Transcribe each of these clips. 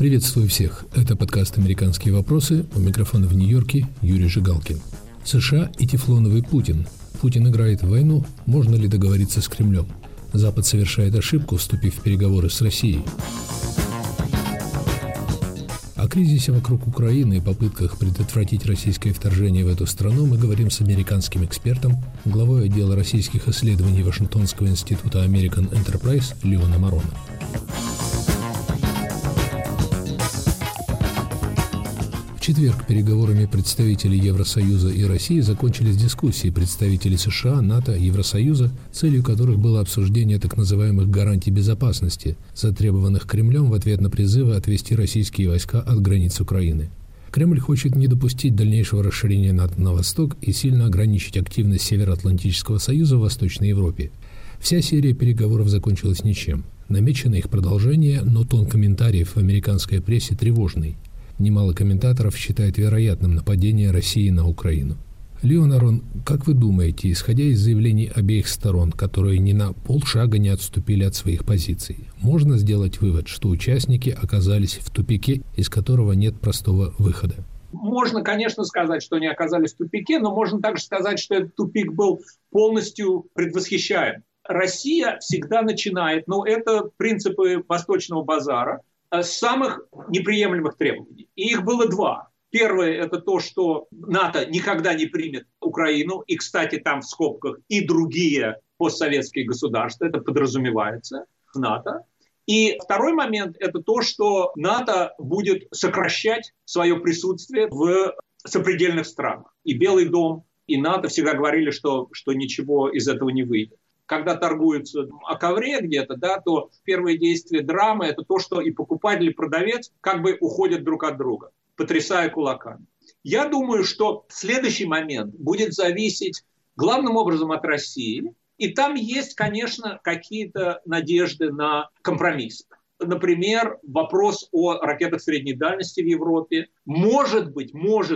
Приветствую всех. Это подкаст «Американские вопросы». У микрофона в Нью-Йорке Юрий Жигалкин. США и тефлоновый Путин. Путин играет в войну. Можно ли договориться с Кремлем? Запад совершает ошибку, вступив в переговоры с Россией. О кризисе вокруг Украины и попытках предотвратить российское вторжение в эту страну мы говорим с американским экспертом, главой отдела российских исследований Вашингтонского института American Enterprise Леоном Ароном. В четверг переговорами представителей Евросоюза и России закончились дискуссии представителей США, НАТО, Евросоюза, целью которых было обсуждение так называемых гарантий безопасности, затребованных Кремлем в ответ на призывы отвести российские войска от границ Украины. Кремль хочет не допустить дальнейшего расширения НАТО на восток и сильно ограничить активность Североатлантического союза в Восточной Европе. Вся серия переговоров закончилась ничем. Намечено их продолжение, но тон комментариев в американской прессе тревожный. Немало комментаторов считают вероятным нападение России на Украину. Леон Арон, как вы думаете, исходя из заявлений обеих сторон, которые ни на полшага не отступили от своих позиций, можно сделать вывод, что участники оказались в тупике, из которого нет простого выхода? Можно, конечно, сказать, что они оказались в тупике, но можно также сказать, что этот тупик был полностью предвосхищаем. Россия всегда начинает, это принципы Восточного базара, с самых неприемлемых требований. И их было два. Первое – это то, что НАТО никогда не примет Украину. И, кстати, там в скобках и другие постсоветские государства. Это подразумевается в НАТО. И второй момент – это то, что НАТО будет сокращать свое присутствие в сопредельных странах. И Белый дом, и НАТО всегда говорили, что ничего из этого не выйдет. Когда торгуются о ковре где-то, то первое действие драмы – это то, что и покупатель, и продавец как бы уходят друг от друга, потрясая кулаками. Я думаю, что следующий момент будет зависеть главным образом от России. И там есть, конечно, какие-то надежды на компромисс. Например, вопрос о ракетах средней дальности в Европе. Может быть,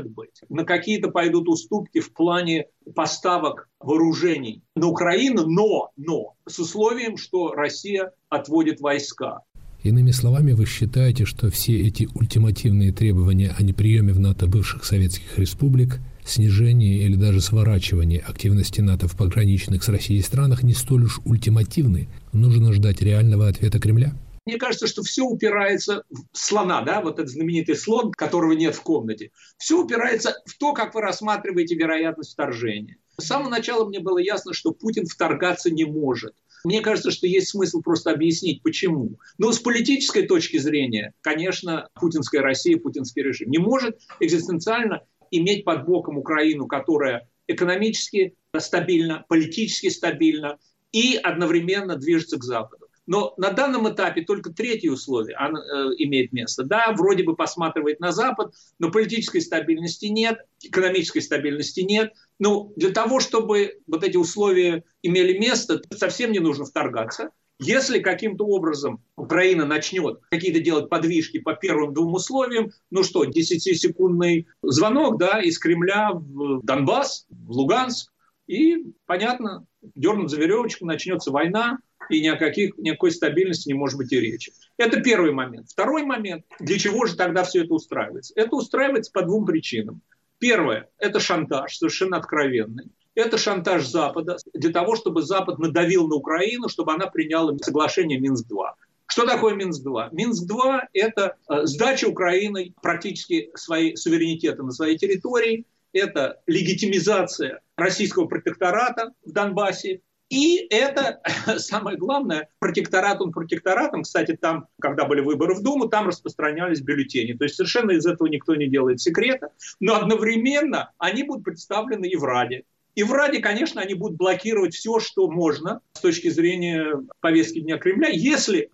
на какие-то пойдут уступки в плане поставок вооружений на Украину, но с условием, что Россия отводит войска. Иными словами, вы считаете, что все эти ультимативные требования о неприеме в НАТО бывших советских республик, снижении или даже сворачивании активности НАТО в пограничных с Россией странах не столь уж ультимативны? Нужно ждать реального ответа Кремля? Мне кажется, что все упирается в слона, вот этот знаменитый слон, которого нет в комнате. Все упирается в то, как вы рассматриваете вероятность вторжения. С самого начала мне было ясно, что Путин вторгаться не может. Мне кажется, что есть смысл просто объяснить, почему. Но с политической точки зрения, конечно, путинская Россия, путинский режим не может экзистенциально иметь под боком Украину, которая экономически стабильна, политически стабильна и одновременно движется к Западу. Но на данном этапе только третье условие имеет место. Вроде бы посматривает на Запад, но политической стабильности нет, экономической стабильности нет. Для того, чтобы эти условия имели место, совсем не нужно вторгаться. Если каким-то образом Украина начнет какие-то делать подвижки по первым двум условиям, 10-секундный звонок из Кремля в Донбасс, в Луганск, и, понятно, дернут за веревочку, начнется война, и ни о никакой стабильности не может быть и речи. Это первый момент. Второй момент. Для чего же тогда все это устраивается? Это устраивается по двум причинам. Первое – это шантаж, совершенно откровенный. Это шантаж Запада для того, чтобы Запад надавил на Украину, чтобы она приняла соглашение Минск-2. Что такое Минск-2? Минск-2 – это сдача Украиной практически суверенитета на своей территории, это легитимизация российского протектората в Донбассе, и это, самое главное, протекторатом. Кстати, там, когда были выборы в Думу, там распространялись бюллетени. То есть совершенно из этого никто не делает секрета. Но одновременно они будут представлены и в Раде. И в Раде, конечно, они будут блокировать все, что можно с точки зрения повестки дня Кремля. Если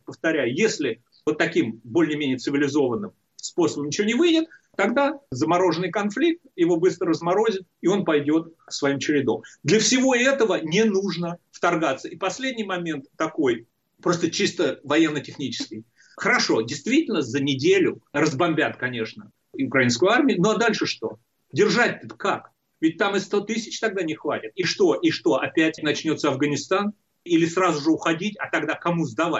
таким более-менее цивилизованным способом ничего не выйдет, тогда замороженный конфликт, его быстро разморозит, и он пойдет своим чередом. Для всего этого не нужно вторгаться. И последний момент такой, просто чисто военно-технический. Хорошо, действительно, за неделю разбомбят, конечно, украинскую армию, ну а дальше что? Держать-то как? Ведь там и 100 тысяч тогда не хватит. И что? Опять начнется Афганистан? Или сразу же уходить, а тогда кому сдавать?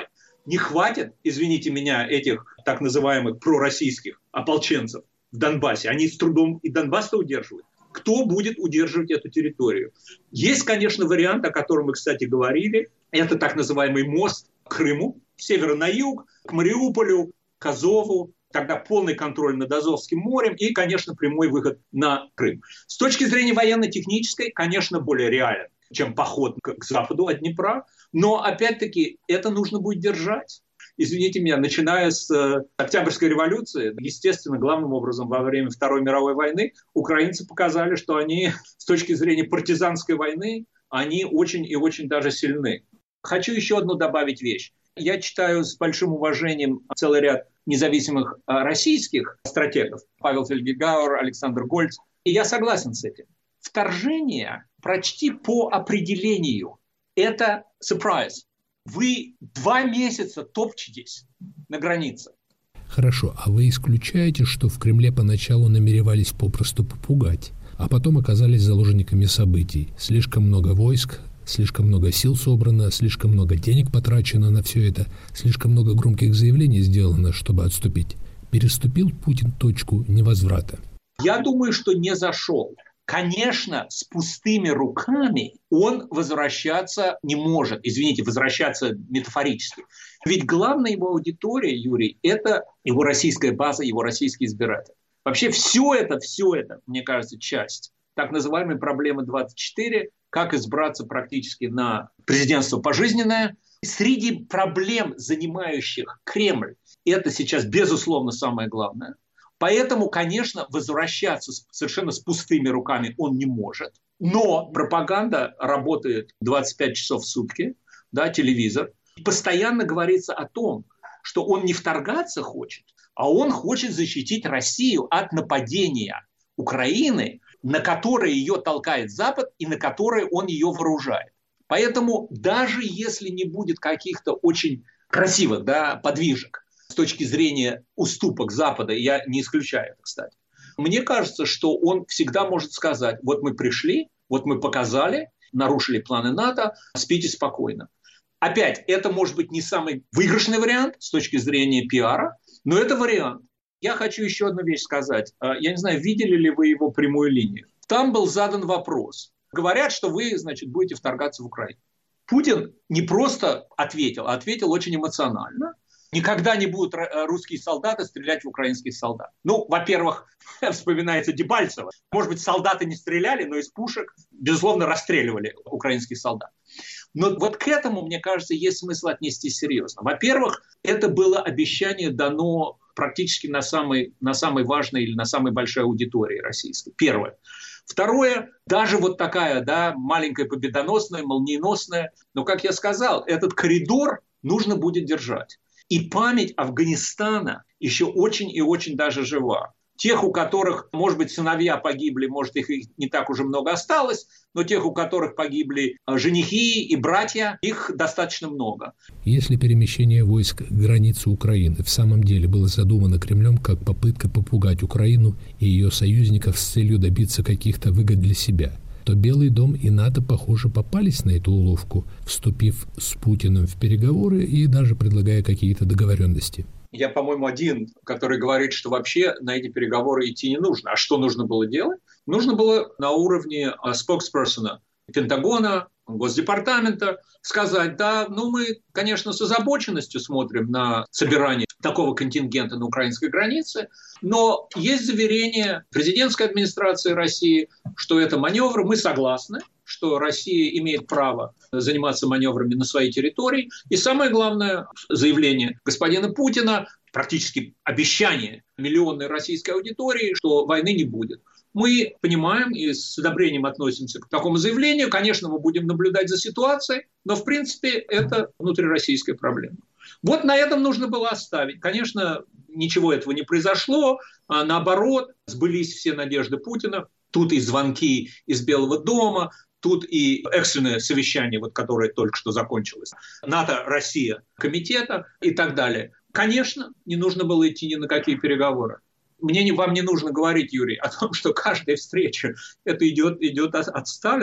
не хватит, извините меня, этих так называемых пророссийских ополченцев в Донбассе. Они с трудом и Донбасс-то удерживают. Кто будет удерживать эту территорию? Есть, конечно, вариант, о котором мы, кстати, говорили. Это так называемый мост к Крыму, с севера на юг, к Мариуполю, к Азову. Тогда полный контроль над Азовским морем и, конечно, прямой выход на Крым. С точки зрения военно-технической, конечно, более реален, чем поход к западу от Днепра. Но, опять-таки, это нужно будет держать. Извините меня, начиная с Октябрьской революции, естественно, главным образом во время Второй мировой войны украинцы показали, что они с точки зрения партизанской войны, они очень и очень даже сильны. Хочу еще одну добавить вещь. Я читаю с большим уважением целый ряд независимых российских стратегов, Павел Фельгегауэр, Александр Гольц, и я согласен с этим. Вторжение, прочти по определению, это surprise. Вы 2 месяца топчетесь на границе. Хорошо, а вы исключаете, что в Кремле поначалу намеревались попросту попугать, а потом оказались заложниками событий? Слишком много войск, слишком много сил собрано, слишком много денег потрачено на все это, слишком много громких заявлений сделано, чтобы отступить. Переступил Путин точку невозврата? Я думаю, что не зашел. Конечно, с пустыми руками он возвращаться не может. Извините, возвращаться метафорически. Ведь главная его аудитория, Юрий, это его российская база, его российские избиратели. Вообще все это, мне кажется, часть так называемой проблемы 24, как избраться практически на президентство пожизненное. Среди проблем, занимающих Кремль, это сейчас, безусловно, самое главное. Поэтому, конечно, возвращаться совершенно с пустыми руками он не может. Но пропаганда работает 25 часов в сутки, да, телевизор. Постоянно говорится о том, что он не вторгаться хочет, а он хочет защитить Россию от нападения Украины, на которое ее толкает Запад и на которое он ее вооружает. Поэтому даже если не будет каких-то очень красивых, да, подвижек, с точки зрения уступок Запада, я не исключаю это, кстати. Мне кажется, что он всегда может сказать, вот мы пришли, вот мы показали, нарушили планы НАТО, спите спокойно. Опять, это может быть не самый выигрышный вариант с точки зрения пиара, но это вариант. Я хочу еще одну вещь сказать. Я не знаю, видели ли вы его прямую линию. Там был задан вопрос. Говорят, что вы, значит, будете вторгаться в Украину. Путин не просто ответил, а ответил очень эмоционально. Никогда не будут русские солдаты стрелять в украинских солдат. Ну, во-первых, вспоминается Дебальцево. Может быть, солдаты не стреляли, но из пушек, безусловно, расстреливали украинских солдат. Но вот к этому, мне кажется, есть смысл отнестись серьезно. Во-первых, это было обещание дано практически на самой важной или на самой большой аудитории российской. Первое. Второе, даже вот такая, да, маленькая победоносная, молниеносная, но, как я сказал, этот коридор нужно будет держать. И память Афганистана еще очень и очень даже жива. Тех, у которых, может быть, сыновья погибли, может, их не так уже много осталось, но тех, у которых погибли женихи и братья, их достаточно много. Если перемещение войск к границе Украины в самом деле было задумано Кремлем как попытка попугать Украину и ее союзников с целью добиться каких-то выгод для себя, то Белый дом и НАТО, похоже, попались на эту уловку, вступив с Путиным в переговоры и даже предлагая какие-то договоренности. Я, по-моему, один, который говорит, что вообще на эти переговоры идти не нужно. А что нужно было делать? Нужно было на уровне споксперсона Пентагона, Госдепартамента сказать, да, ну мы, конечно, с озабоченностью смотрим на собирание такого контингента на украинской границе, но есть заверение президентской администрации России, что это маневр, мы согласны, что Россия имеет право заниматься маневрами на своей территории. И самое главное заявление господина Путина, практически обещание миллионной российской аудитории, что войны не будет. Мы понимаем и с одобрением относимся к такому заявлению. Конечно, мы будем наблюдать за ситуацией, но, в принципе, это внутрироссийская проблема. Вот на этом нужно было оставить. Конечно, ничего этого не произошло, а наоборот, сбылись все надежды Путина. Тут и звонки из Белого дома, тут и экстренное совещание, вот, которое только что закончилось, НАТО-Россия комитета и так далее. Конечно, не нужно было идти ни на какие переговоры. Вам не нужно говорить, Юрий, о том, что каждая встреча это идет от Сталина.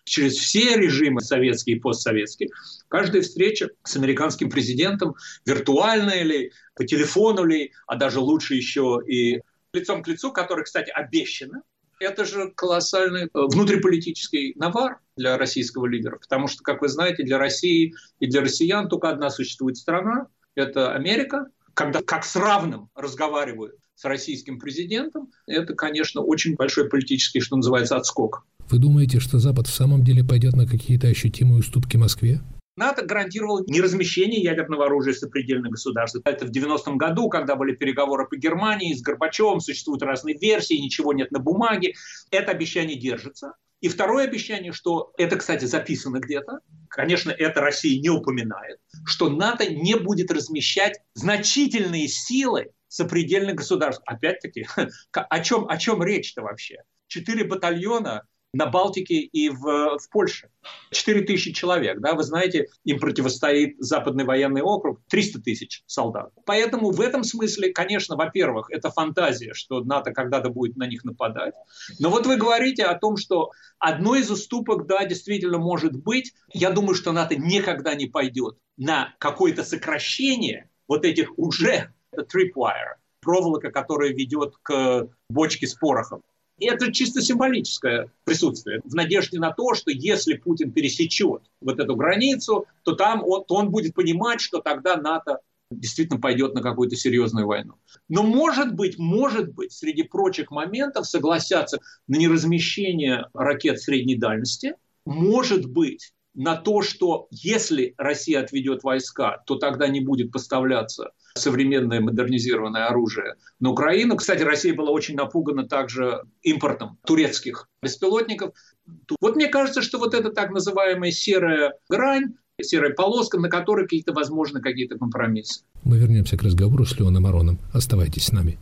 через все режимы советские и постсоветские. Каждая встреча с американским президентом, виртуальная ли, по телефону ли, а даже лучше еще и лицом к лицу, который, кстати, обещано, это же колоссальный внутриполитический навар для российского лидера. Потому что, как вы знаете, для России и для россиян только одна существует страна – это Америка. Когда как с равным разговаривают с российским президентом, это, конечно, очень большой политический, что называется, отскок. Вы думаете, что Запад в самом деле пойдет на какие-то ощутимые уступки Москве? НАТО гарантировало неразмещение ядерного оружия в сопредельных государствах. Это в 90-м году, когда были переговоры по Германии с Горбачевым, существуют разные версии, ничего нет на бумаге. Это обещание держится. И второе обещание, что это, кстати, записано где-то, конечно, это Россия не упоминает, что НАТО не будет размещать значительные силы сопредельных государств. Опять-таки, о чем речь-то вообще? 4 батальона на Балтике и в Польше. 4000 человек. Да? Вы знаете, им противостоит Западный военный округ, 300 тысяч солдат. Поэтому в этом смысле, конечно, во-первых, это фантазия, что НАТО когда-то будет на них нападать. Но вот вы говорите о том, что одной из уступок, да, действительно может быть. Я думаю, что НАТО никогда не пойдет на какое-то сокращение вот этих уже tripwire, проволока, которая ведет к бочке с порохом. И это чисто символическое присутствие, в надежде на то, что если Путин пересечет вот эту границу, то он будет понимать, что тогда НАТО действительно пойдет на какую-то серьезную войну. Но может быть, среди прочих моментов согласятся на неразмещение ракет средней дальности, может быть, на то, что если Россия отведет войска, то тогда не будет поставляться современное модернизированное оружие на Украину. Кстати, Россия была очень напугана также импортом турецких беспилотников. Вот мне кажется, что вот эта так называемая серая грань, серая полоска, на которой возможны какие-то компромиссы. Мы вернемся к разговору с Леоном Ароном. Оставайтесь с нами.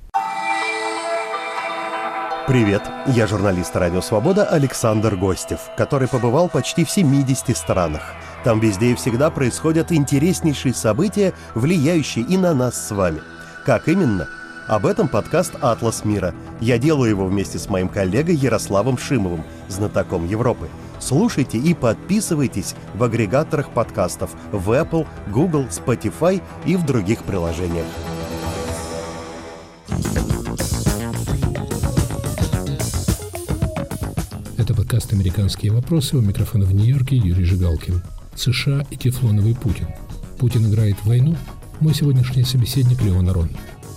Привет, я журналист «Радио Свобода» Александр Гостев, который побывал почти в 70 странах. Там везде и всегда происходят интереснейшие события, влияющие и на нас с вами. Как именно? Об этом подкаст «Атлас мира». Я делаю его вместе с моим коллегой Ярославом Шимовым, знатоком Европы. Слушайте и подписывайтесь в агрегаторах подкастов в Apple, Google, Spotify и в других приложениях. Это подкаст «Американские вопросы». У микрофона в Нью-Йорке Юрий Жигалкин. США и тефлоновый Путин. Путин играет в войну? Мой сегодняшний собеседник Леон Арон.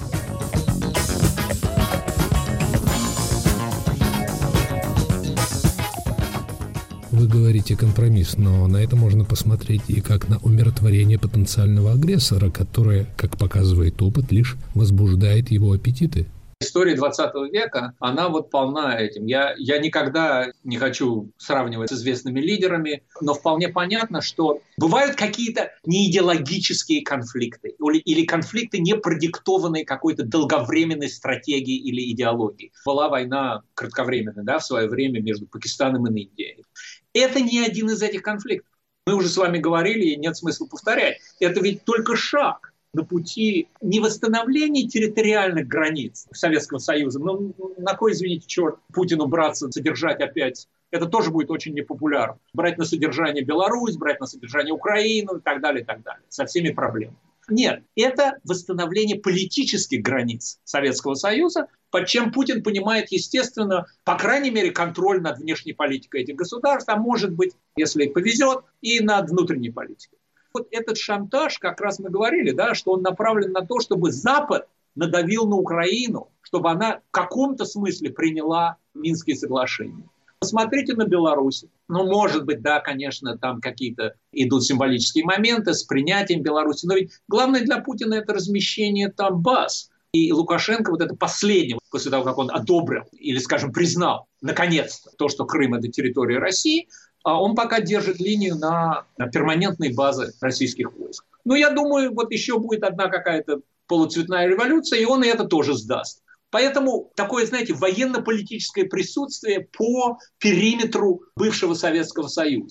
Вы говорите компромисс, но на это можно посмотреть и как на умиротворение потенциального агрессора, которое, как показывает опыт, лишь возбуждает его аппетиты. История 20 века, она вот полна этим. Я никогда не хочу сравнивать с известными лидерами, но вполне понятно, что бывают какие-то неидеологические конфликты или конфликты, не продиктованные какой-то долговременной стратегией или идеологией. Была война кратковременная, да, в свое время между Пакистаном и Индией. Это не один из этих конфликтов. Мы уже с вами говорили, и нет смысла повторять. Это ведь только шаг на пути не восстановления территориальных границ Советского Союза. Ну, на кой, извините, черт, Путину браться, содержать опять? Это тоже будет очень непопулярно. Брать на содержание Беларусь, брать на содержание Украину и так далее, со всеми проблемами. Нет, это восстановление политических границ Советского Союза, под чем Путин понимает, естественно, по крайней мере, контроль над внешней политикой этих государств, а может быть, если повезет, и над внутренней политикой. Вот этот шантаж, как раз мы говорили, да, что он направлен на то, чтобы Запад надавил на Украину, чтобы она в каком-то смысле приняла Минские соглашения. Посмотрите на Беларусь. Ну, может быть, да, конечно, там какие-то идут символические моменты с принятием Беларуси. Но ведь главное для Путина – это размещение там баз. И Лукашенко вот это последнее, после того, как он одобрил или, скажем, признал, наконец-то, то, что Крым – это территория России, он пока держит линию на перманентной базе российских войск. Но я думаю, вот еще будет одна какая-то полуцветная революция, и он и это тоже сдаст. Поэтому такое, знаете, военно-политическое присутствие по периметру бывшего Советского Союза.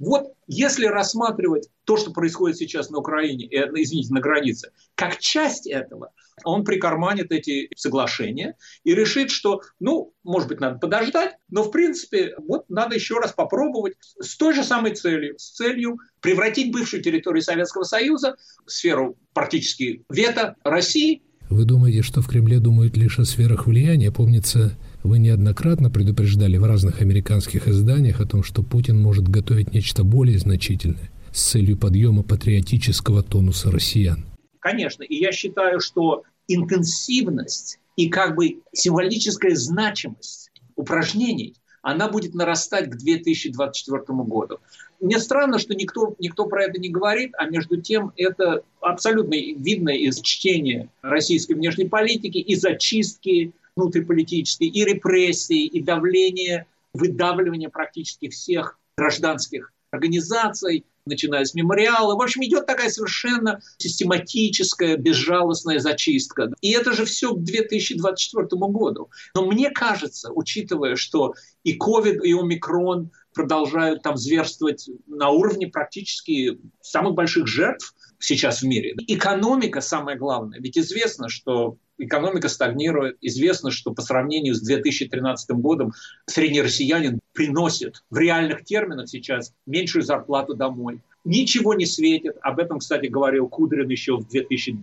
Вот если рассматривать то, что происходит сейчас на Украине, на границе, как часть этого, он прикарманит эти соглашения и решит, что, может быть, надо подождать, но, в принципе, вот надо еще раз попробовать с той же самой целью, с целью превратить бывшую территорию Советского Союза в сферу практически вето России. Вы думаете, что в Кремле думают лишь о сферах влияния? Помнится, вы неоднократно предупреждали в разных американских изданиях о том, что Путин может готовить нечто более значительное с целью подъема патриотического тонуса россиян. Конечно, и я считаю, что интенсивность и символическая значимость упражнений, она будет нарастать к 2024 году. Мне странно, что никто про это не говорит, а между тем это абсолютно видно из чтения российской внешней политики, из зачистки внутриполитической, и репрессий, и давления, выдавливания практически всех гражданских организаций, начиная с мемориала. В общем, идет такая совершенно систематическая, безжалостная зачистка. И это же все к 2024 году. Но мне кажется, учитывая, что и ковид, и омикрон продолжают там зверствовать на уровне практически самых больших жертв сейчас в мире. Экономика самое главное. Ведь известно, что экономика стагнирует. Известно, что по сравнению с 2013 годом средний россиянин приносит в реальных терминах сейчас меньшую зарплату домой. Ничего не светит. Об этом, кстати, говорил Кудрин еще в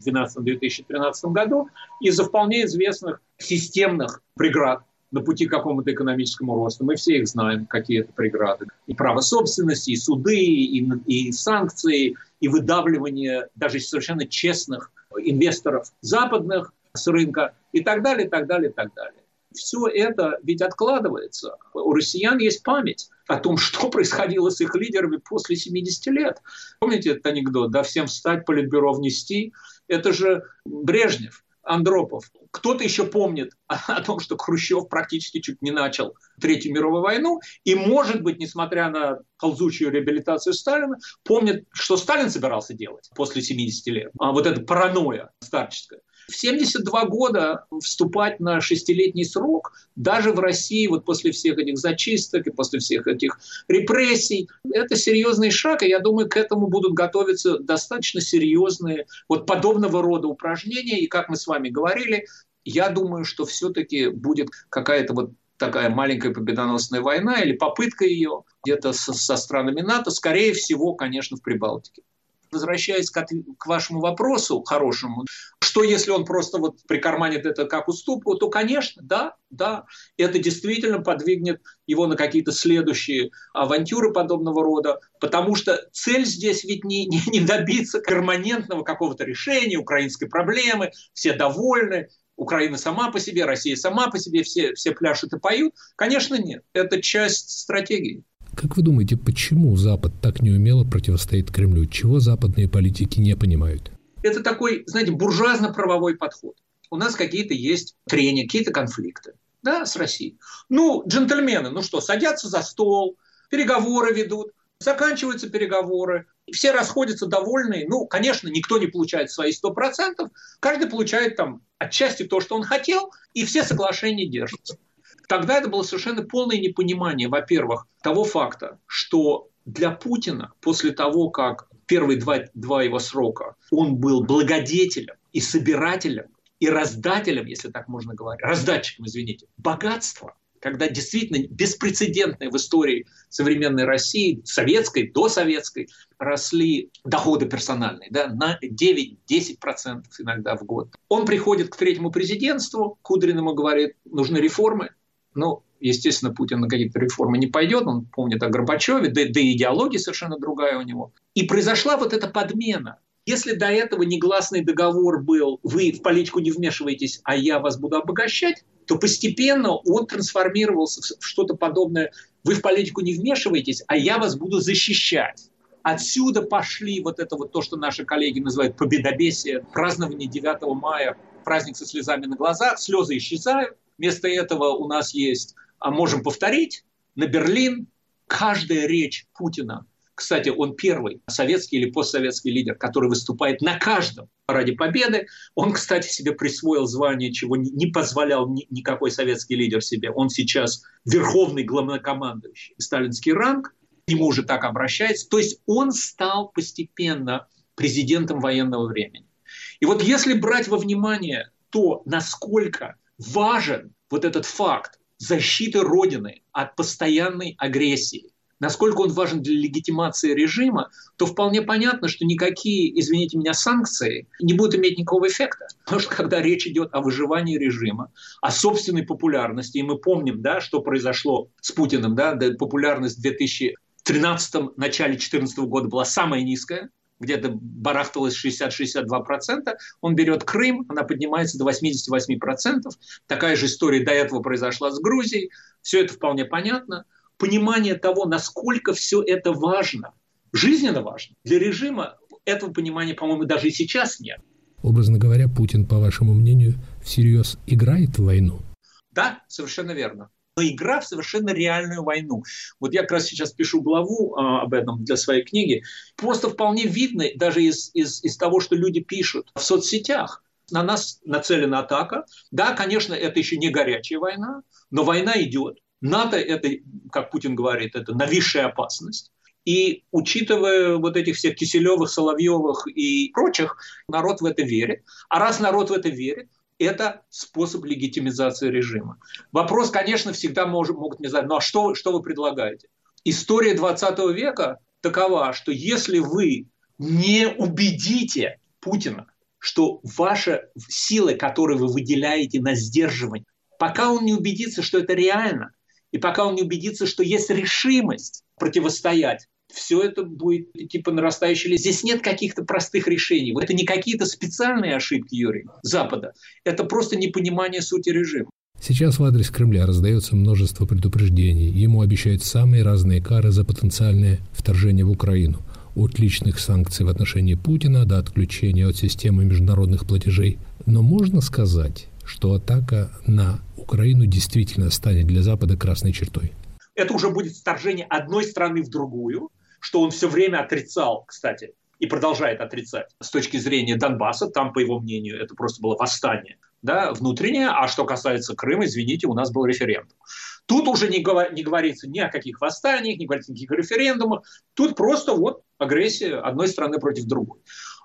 2012-2013 году. Из-за вполне известных системных преград на пути к какому-то экономическому росту. Мы все их знаем, какие это преграды. И право собственности, и суды, и санкции, и выдавливание даже совершенно честных инвесторов западных с рынка и так далее, и так далее, и так далее. Все это ведь откладывается. У россиян есть память о том, что происходило с их лидерами после 70 лет. Помните этот анекдот? Да, всем встать, политбюро внести. Это же Брежнев, Андропов. Кто-то еще помнит о том, что Хрущев практически чуть не начал Третью мировую войну. И, может быть, несмотря на ползучую реабилитацию Сталина, помнит, что Сталин собирался делать после 70 лет. Вот эта паранойя старческая. В 72 года вступать на 6-летний срок, даже в России, вот после всех этих зачисток и после всех этих репрессий, это серьезный шаг, и я думаю, к этому будут готовиться достаточно серьезные вот подобного рода упражнения. И как мы с вами говорили, я думаю, что все-таки будет какая-то вот такая маленькая победоносная война или попытка ее где-то со странами НАТО, скорее всего, конечно, в Прибалтике. Возвращаясь к вашему вопросу хорошему, что если он просто вот прикарманит это как уступку, то, конечно, да, это действительно подвигнет его на какие-то следующие авантюры подобного рода, потому что цель здесь ведь не добиться перманентного какого-то решения украинской проблемы, все довольны, Украина сама по себе, Россия сама по себе, все пляшут и поют. Конечно, нет. Это часть стратегии. Как вы думаете, почему Запад так неумело противостоит Кремлю? Чего западные политики не понимают? Это такой, знаете, буржуазно-правовой подход. У нас какие-то есть трения, какие-то конфликты, да, с Россией. Джентльмены, садятся за стол, переговоры ведут, заканчиваются переговоры, все расходятся довольные. Конечно, никто не получает свои 100%, каждый получает там отчасти то, что он хотел, и все соглашения держатся. Тогда это было совершенно полное непонимание, во-первых, того факта, что для Путина после того, как первые два его срока он был благодетелем и собирателем, и раздателем, если так можно говорить, раздатчиком, богатства, когда действительно беспрецедентные в истории современной России, советской, досоветской, росли доходы персональные, да, на 9-10% иногда в год. Он приходит к третьему президентству, Кудрин ему говорит, нужны реформы. Естественно, Путин на какие-то реформы не пойдет, он помнит о Горбачеве, да и идеология совершенно другая у него. И произошла вот эта подмена. Если до этого негласный договор был, вы в политику не вмешиваетесь, а я вас буду обогащать, то постепенно он трансформировался в что-то подобное. Вы в политику не вмешиваетесь, а я вас буду защищать. Отсюда пошли вот это вот то, что наши коллеги называют победобесие, празднование 9 мая, праздник со слезами на глазах, слезы исчезают. Вместо этого у нас есть, можем повторить, на Берлин. Каждая речь Путина, кстати, он первый советский или постсоветский лидер, который выступает на каждом параде победы. Он, кстати, себе присвоил звание, чего не позволял никакой советский лидер себе. Он сейчас верховный главнокомандующий. Сталинский ранг. к нему уже так обращается. То есть он стал постепенно президентом военного времени. И вот если брать во внимание то, насколько важен вот этот факт защиты Родины от постоянной агрессии, насколько он важен для легитимации режима, то вполне понятно, что никакие, извините меня, санкции не будут иметь никакого эффекта. Потому что когда речь идет о выживании режима, о собственной популярности, и мы помним, да, что произошло с Путиным, да, популярность в 2013 начале 2014 года была самая низкая, где-то барахталось 60-62%, он берет Крым, она поднимается до 88%. Такая же история до этого произошла с Грузией. Все это вполне понятно. Понимание того, насколько все это важно, жизненно важно. Для режима этого понимания, по-моему, даже и сейчас нет. Образно говоря, Путин, по вашему мнению, всерьез играет в войну? Да, совершенно верно. Но игра в совершенно реальную войну. Вот я как раз сейчас пишу главу об этом для своей книги. Просто вполне видно, даже из того, что люди пишут в соцсетях. На нас нацелена атака. Да, конечно, это еще не горячая война, но война идет. НАТО – это, как Путин говорит, это нависшая опасность. И учитывая вот этих всех Киселевых, Соловьевых и прочих, народ в это верит. А раз народ в это верит, это способ легитимизации режима. Вопрос, конечно, всегда могут мне задать, ну а что вы предлагаете? История 20 века такова, что если вы не убедите Путина, что ваши силы, которые вы выделяете на сдерживание, пока он не убедится, что это реально, и пока он не убедится, что есть решимость противостоять, все это будет идти по нарастающей линии. Здесь нет каких-то простых решений. Это не какие-то специальные ошибки, Юрий, Запада. Это просто непонимание сути режима. Сейчас в адрес Кремля раздается множество предупреждений. Ему обещают самые разные кары за потенциальное вторжение в Украину. От личных санкций в отношении Путина до отключения от системы международных платежей. Но можно сказать, что атака на Украину действительно станет для Запада красной чертой? Это уже будет вторжение одной страны в другую, что он все время отрицал, кстати, и продолжает отрицать с точки зрения Донбасса. Там, по его мнению, это просто было восстание, да, внутреннее. А что касается Крыма, извините, у нас был референдум. Тут уже не говорится ни о каких восстаниях, не говорится ни о каких референдумах. Тут просто вот агрессия одной страны против другой.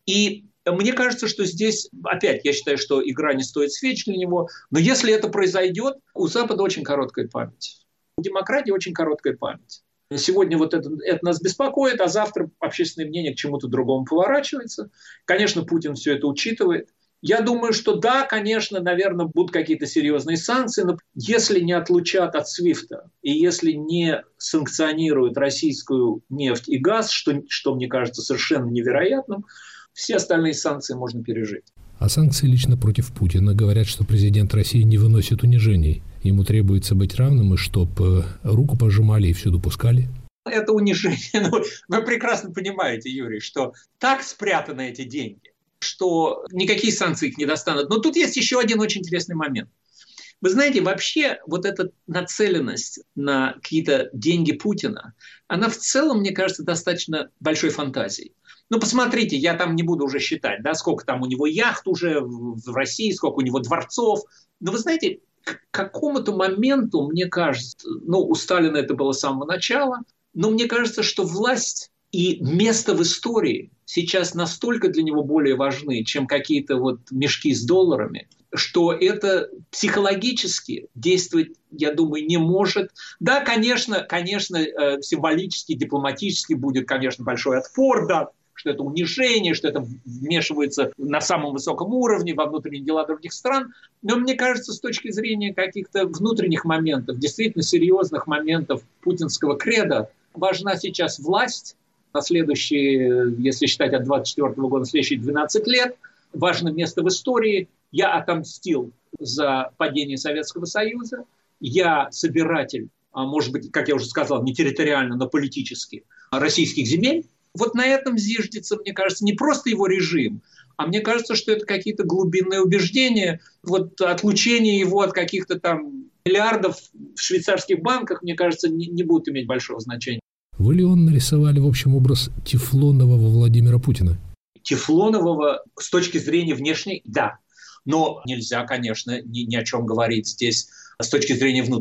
И мне кажется, что здесь, опять, я считаю, что игра не стоит свеч для него, но если это произойдет, у Запада очень короткая память. У демократии очень короткая память. Сегодня вот это нас беспокоит, а завтра общественное мнение к чему-то другому поворачивается. Конечно, Путин все это учитывает. Я думаю, что да, конечно, наверное, будут какие-то серьезные санкции, но если не отлучат от SWIFT и если не санкционируют российскую нефть и газ, что мне кажется совершенно невероятным, все остальные санкции можно пережить. А санкции лично против Путина говорят, что президент России не выносит унижений. Ему требуется быть равным, и чтоб руку пожимали и всюду пускали. Это унижение. Вы прекрасно понимаете, Юрий, что так спрятаны эти деньги, что никакие санкции их не достанут. Но тут есть еще один очень интересный момент. Вы знаете, вообще вот эта нацеленность на какие-то деньги Путина, она в целом, мне кажется, достаточно большой фантазией. Ну, посмотрите, я там не буду уже считать, да, сколько там у него яхт уже в России, сколько у него дворцов. Но вы знаете, к какому-то моменту, мне кажется, ну, у Сталина это было с самого начала, но мне кажется, что власть и место в истории сейчас настолько для него более важны, чем какие-то вот мешки с долларами, что это психологически действовать, я думаю, не может. Да, конечно, символически, дипломатически будет, конечно, большой отпор, да, что это унижение, что это вмешивается на самом высоком уровне во внутренние дела других стран. Но мне кажется, с точки зрения каких-то внутренних моментов, действительно серьезных моментов путинского кредо, важна сейчас власть на следующие, если считать от 24 года, следующие 12 лет. Важно место в истории. Я отомстил за падение Советского Союза. Я собиратель, может быть, как я уже сказал, не территориально, но политически, российских земель. Вот на этом зиждется, мне кажется, не просто его режим, а мне кажется, что это какие-то глубинные убеждения. Вот отлучение его от каких-то там миллиардов в швейцарских банках, мне кажется, не будет иметь большого значения. Вы ли он нарисовали, в общем, образ тефлонового Владимира Путина? Тефлонового с точки зрения внешней, да. Но нельзя, конечно, ни о чем говорить здесь с точки зрения внутренней.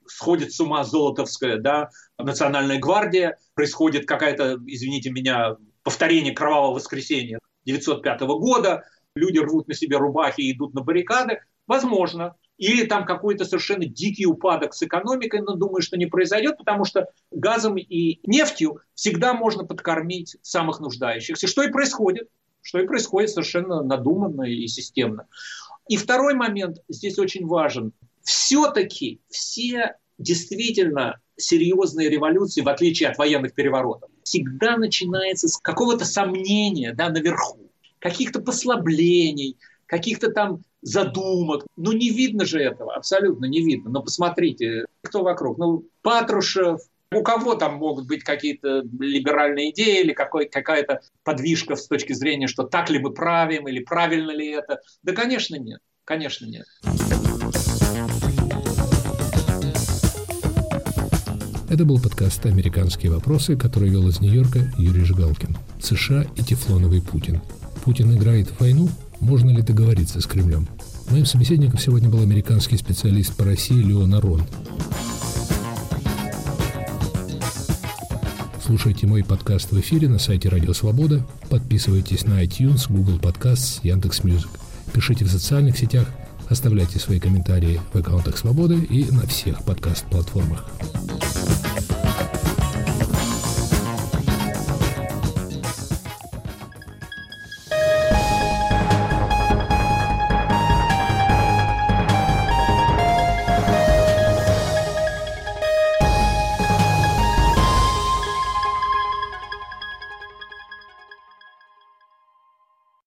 сходит с ума Золотовская, да, Национальная гвардия, происходит какая-то, извините меня, повторение кровавого воскресенья 1905 года, люди рвут на себе рубахи и идут на баррикады, возможно. Или там какой-то совершенно дикий упадок с экономикой, но думаю, что не произойдет, потому что газом и нефтью всегда можно подкормить самых нуждающихся. Что и происходит совершенно надуманно и системно. И второй момент здесь очень важен. Все-таки все действительно серьезные революции, в отличие от военных переворотов, всегда начинается с какого-то сомнения, да, наверху, каких-то послаблений, каких-то там задумок. Ну, не видно же этого, абсолютно не видно. Но посмотрите, кто вокруг. Ну, Патрушев, у кого там могут быть какие-то либеральные идеи или какая-то подвижка с точки зрения, что так ли мы правим или правильно ли это? Да, конечно, нет. Конечно, нет. Это был подкаст «Американские вопросы», который вел из Нью-Йорка Юрий Жигалкин. США и тефлоновый Путин. Путин играет в войну? Можно ли договориться с Кремлем? Моим собеседником сегодня был американский специалист по России Леон Арон. Слушайте мой подкаст в эфире на сайте Радио Свобода. Подписывайтесь на iTunes, Google Podcasts, Яндекс.Мьюзик. Пишите в социальных сетях, оставляйте свои комментарии в аккаунтах Свободы и на всех подкаст-платформах.